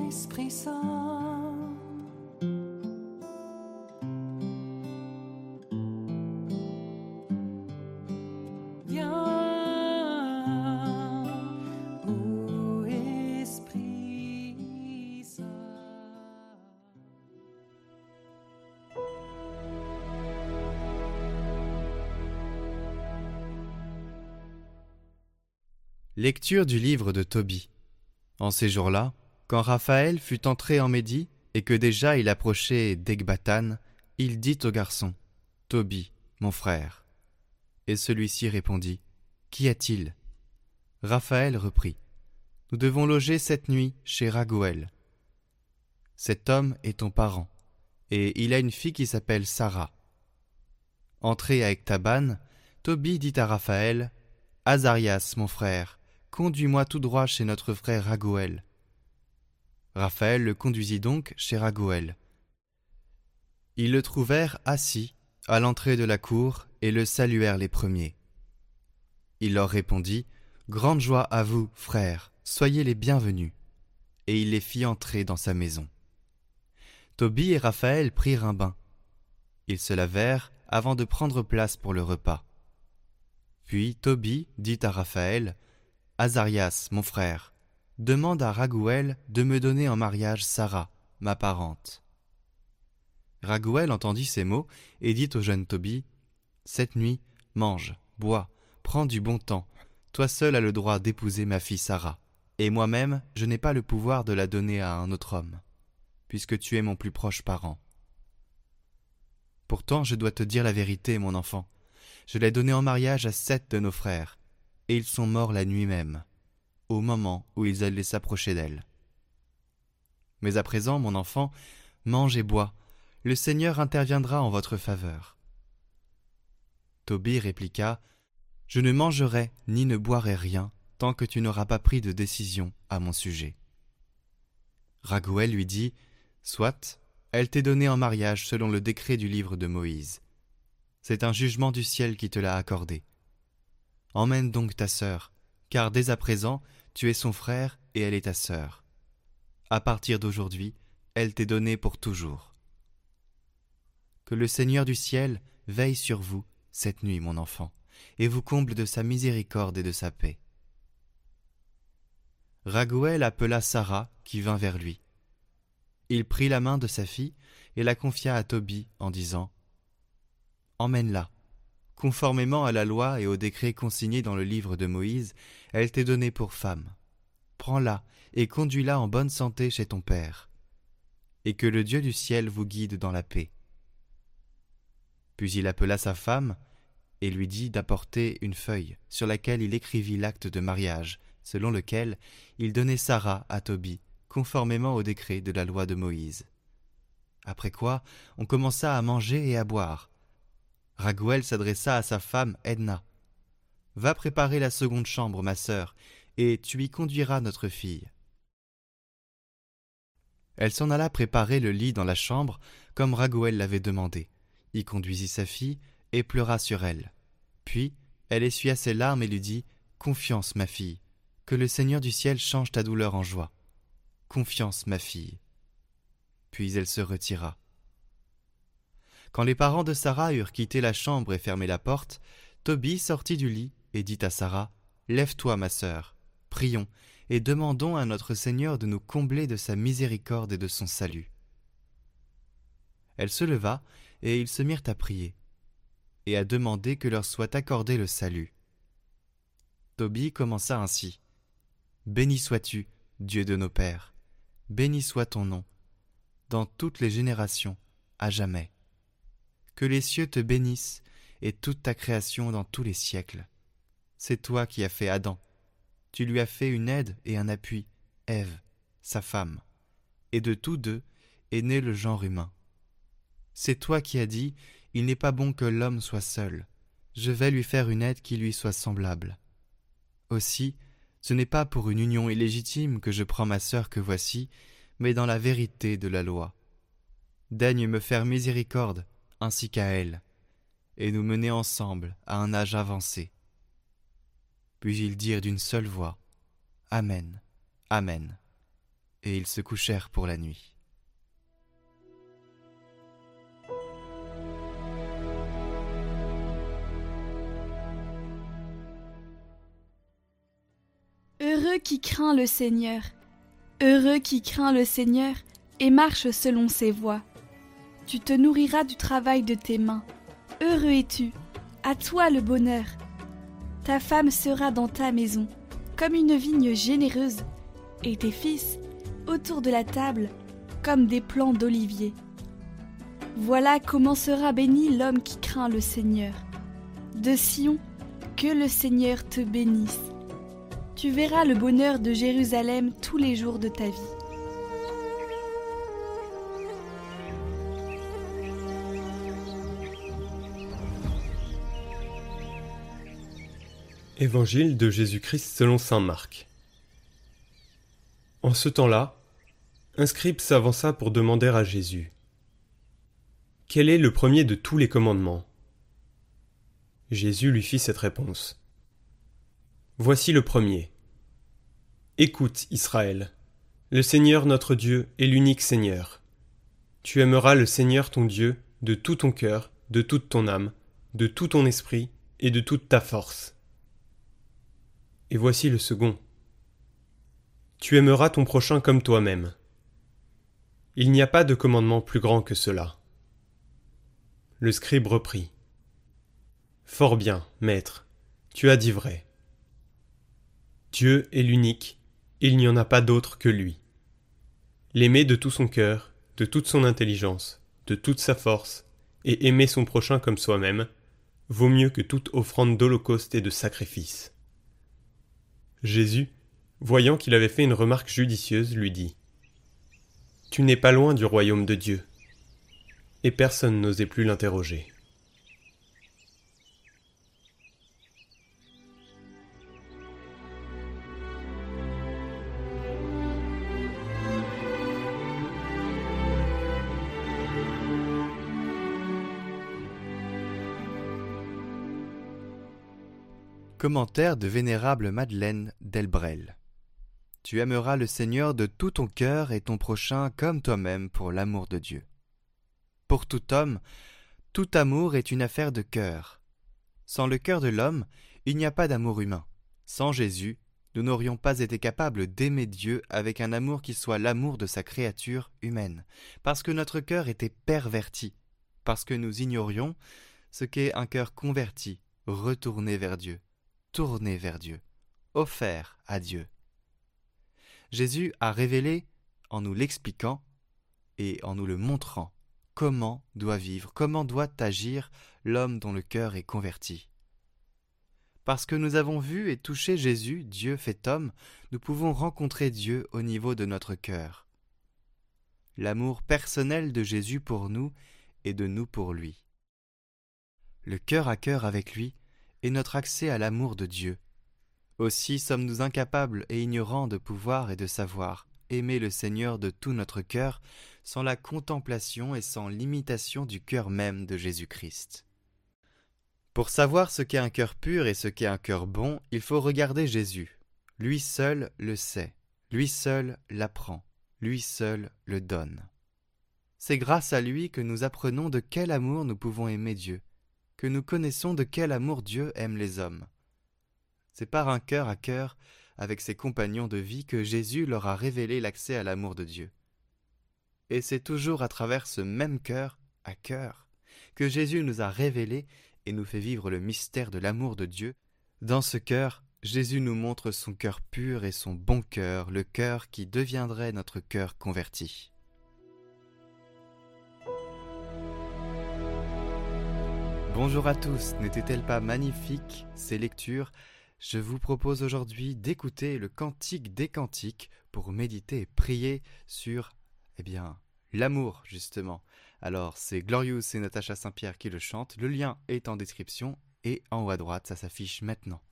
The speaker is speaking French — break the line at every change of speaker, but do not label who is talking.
Esprit Saint. Viens, ô Esprit Saint.
Lecture du livre de Tobie. En ces jours-là, quand Raphaël fut entré en Médie et que déjà il approchait d'Ecbatane, il dit au garçon : « Tobie, mon frère. » Et celui-ci répondit : « Qu'y a-t-il » Raphaël reprit : « Nous devons loger cette nuit chez Raguël. Cet homme est ton parent, et il a une fille qui s'appelle Sarah. » Entré à Ecbatane, Tobie dit à Raphaël : « Azarias, mon frère, conduis-moi tout droit chez notre frère Raguël. » Raphaël le conduisit donc chez Raguël. Ils le trouvèrent assis à l'entrée de la cour et le saluèrent les premiers. Il leur répondit : « Grande joie à vous, frères, soyez les bienvenus. » Et il les fit entrer dans sa maison. Tobie et Raphaël prirent un bain. Ils se lavèrent avant de prendre place pour le repas. Puis Tobie dit à Raphaël : « Azarias, mon frère, demande à Raguël de me donner en mariage Sarah, ma parente. » Raguël entendit ces mots et dit au jeune Tobie : « Cette nuit, mange, bois, prends du bon temps. Toi seul as le droit d'épouser ma fille Sarah, et moi-même je n'ai pas le pouvoir de la donner à un autre homme, puisque tu es mon plus proche parent. Pourtant je dois te dire la vérité, mon enfant. Je l'ai donnée en mariage à 7 de nos frères, et ils sont morts la nuit même, au moment où ils allaient s'approcher d'elle. Mais à présent, mon enfant, mange et bois, le Seigneur interviendra en votre faveur. » Tobie répliqua : « Je ne mangerai ni ne boirai rien tant que tu n'auras pas pris de décision à mon sujet. » Raguël lui dit : « Soit, elle t'est donnée en mariage selon le décret du livre de Moïse. C'est un jugement du ciel qui te l'a accordé. Emmène donc ta sœur, car dès à présent, tu es son frère et elle est ta sœur. À partir d'aujourd'hui, elle t'est donnée pour toujours. Que le Seigneur du ciel veille sur vous cette nuit, mon enfant, et vous comble de sa miséricorde et de sa paix. » Raguël appela Sarah, qui vint vers lui. Il prit la main de sa fille et la confia à Tobie en disant : « Emmène-la. Conformément à la loi et au décret consigné dans le livre de Moïse, elle t'est donnée pour femme. Prends-la et conduis-la en bonne santé chez ton père. Et que le Dieu du ciel vous guide dans la paix. » Puis il appela sa femme et lui dit d'apporter une feuille sur laquelle il écrivit l'acte de mariage, selon lequel il donnait Sarah à Tobie, conformément au décret de la loi de Moïse. Après quoi, on commença à manger et à boire. Raguël s'adressa à sa femme Edna. « Va préparer la seconde chambre, ma sœur, et tu y conduiras notre fille. » Elle s'en alla préparer le lit dans la chambre, comme Raguël l'avait demandé, y conduisit sa fille et pleura sur elle. Puis, elle essuya ses larmes et lui dit : « Confiance, ma fille, que le Seigneur du ciel change ta douleur en joie. Confiance, ma fille. » Puis elle se retira. Quand les parents de Sarah eurent quitté la chambre et fermé la porte, Tobie sortit du lit et dit à Sarah : « Lève-toi, ma sœur, prions et demandons à notre Seigneur de nous combler de sa miséricorde et de son salut. » Elle se leva et ils se mirent à prier et à demander que leur soit accordé le salut. Tobie commença ainsi : « Béni sois-tu, Dieu de nos pères, béni soit ton nom, dans toutes les générations, à jamais. Que les cieux te bénissent et toute ta création dans tous les siècles. C'est toi qui as fait Adam. Tu lui as fait une aide et un appui, Ève, sa femme. Et de tous deux est né le genre humain. C'est toi qui as dit : il n'est pas bon que l'homme soit seul. Je vais lui faire une aide qui lui soit semblable. Aussi, ce n'est pas pour une union illégitime que je prends ma sœur que voici, mais dans la vérité de la loi. Daigne me faire miséricorde, ainsi qu'à elle, et nous mener ensemble à un âge avancé. » Puis ils dirent d'une seule voix : « Amen, Amen. » et ils se couchèrent pour la nuit.
Heureux qui craint le Seigneur, heureux qui craint le Seigneur et marche selon ses voies. Tu te nourriras du travail de tes mains. Heureux es-tu, à toi le bonheur. Ta femme sera dans ta maison, comme une vigne généreuse, et tes fils, autour de la table, comme des plants d'olivier. Voilà comment sera béni l'homme qui craint le Seigneur. De Sion, que le Seigneur te bénisse. Tu verras le bonheur de Jérusalem tous les jours de ta vie.
Évangile de Jésus-Christ selon saint Marc. En ce temps-là, un scribe s'avança pour demander à Jésus : « Quel est le premier de tous les commandements ?» Jésus lui fit cette réponse : « Voici le premier. Écoute, Israël, le Seigneur notre Dieu est l'unique Seigneur. Tu aimeras le Seigneur ton Dieu de tout ton cœur, de toute ton âme, de tout ton esprit et de toute ta force. Et voici le second. Tu aimeras ton prochain comme toi-même. Il n'y a pas de commandement plus grand que cela. » Le scribe reprit : « Fort bien, maître, tu as dit vrai. Dieu est l'unique, il n'y en a pas d'autre que lui. L'aimer de tout son cœur, de toute son intelligence, de toute sa force, et aimer son prochain comme soi-même, vaut mieux que toute offrande d'holocauste et de sacrifice. » Jésus, voyant qu'il avait fait une remarque judicieuse, lui dit : « Tu n'es pas loin du royaume de Dieu. » Et personne n'osait plus l'interroger.
Commentaire de Vénérable Madeleine d'Elbrel. Tu aimeras le Seigneur de tout ton cœur et ton prochain comme toi-même pour l'amour de Dieu. Pour tout homme, tout amour est une affaire de cœur. Sans le cœur de l'homme, il n'y a pas d'amour humain. Sans Jésus, nous n'aurions pas été capables d'aimer Dieu avec un amour qui soit l'amour de sa créature humaine, parce que notre cœur était perverti, parce que nous ignorions ce qu'est un cœur converti, retourné vers Dieu, tourné vers Dieu, offert à Dieu. Jésus a révélé, en nous l'expliquant et en nous le montrant, comment doit vivre, comment doit agir l'homme dont le cœur est converti. Parce que nous avons vu et touché Jésus, Dieu fait homme, nous pouvons rencontrer Dieu au niveau de notre cœur. L'amour personnel de Jésus pour nous et de nous pour lui. Le cœur à cœur avec lui est notre accès à l'amour de Dieu. Aussi sommes-nous incapables et ignorants de pouvoir et de savoir aimer le Seigneur de tout notre cœur sans la contemplation et sans l'imitation du cœur même de Jésus-Christ. Pour savoir ce qu'est un cœur pur et ce qu'est un cœur bon, il faut regarder Jésus. Lui seul le sait, lui seul l'apprend, lui seul le donne. C'est grâce à lui que nous apprenons de quel amour nous pouvons aimer Dieu, que nous connaissons de quel amour Dieu aime les hommes. C'est par un cœur à cœur avec ses compagnons de vie que Jésus leur a révélé l'accès à l'amour de Dieu. Et c'est toujours à travers ce même cœur à cœur que Jésus nous a révélé et nous fait vivre le mystère de l'amour de Dieu. Dans ce cœur, Jésus nous montre son cœur pur et son bon cœur, le cœur qui deviendrait notre cœur converti. Bonjour à tous, n'étaient-elles pas magnifiques ces lectures ? Je vous propose aujourd'hui d'écouter le Cantique des Cantiques pour méditer et prier sur, l'amour justement. Alors c'est Glorious et Natacha Saint-Pierre qui le chantent, le lien est en description et en haut à droite ça s'affiche maintenant.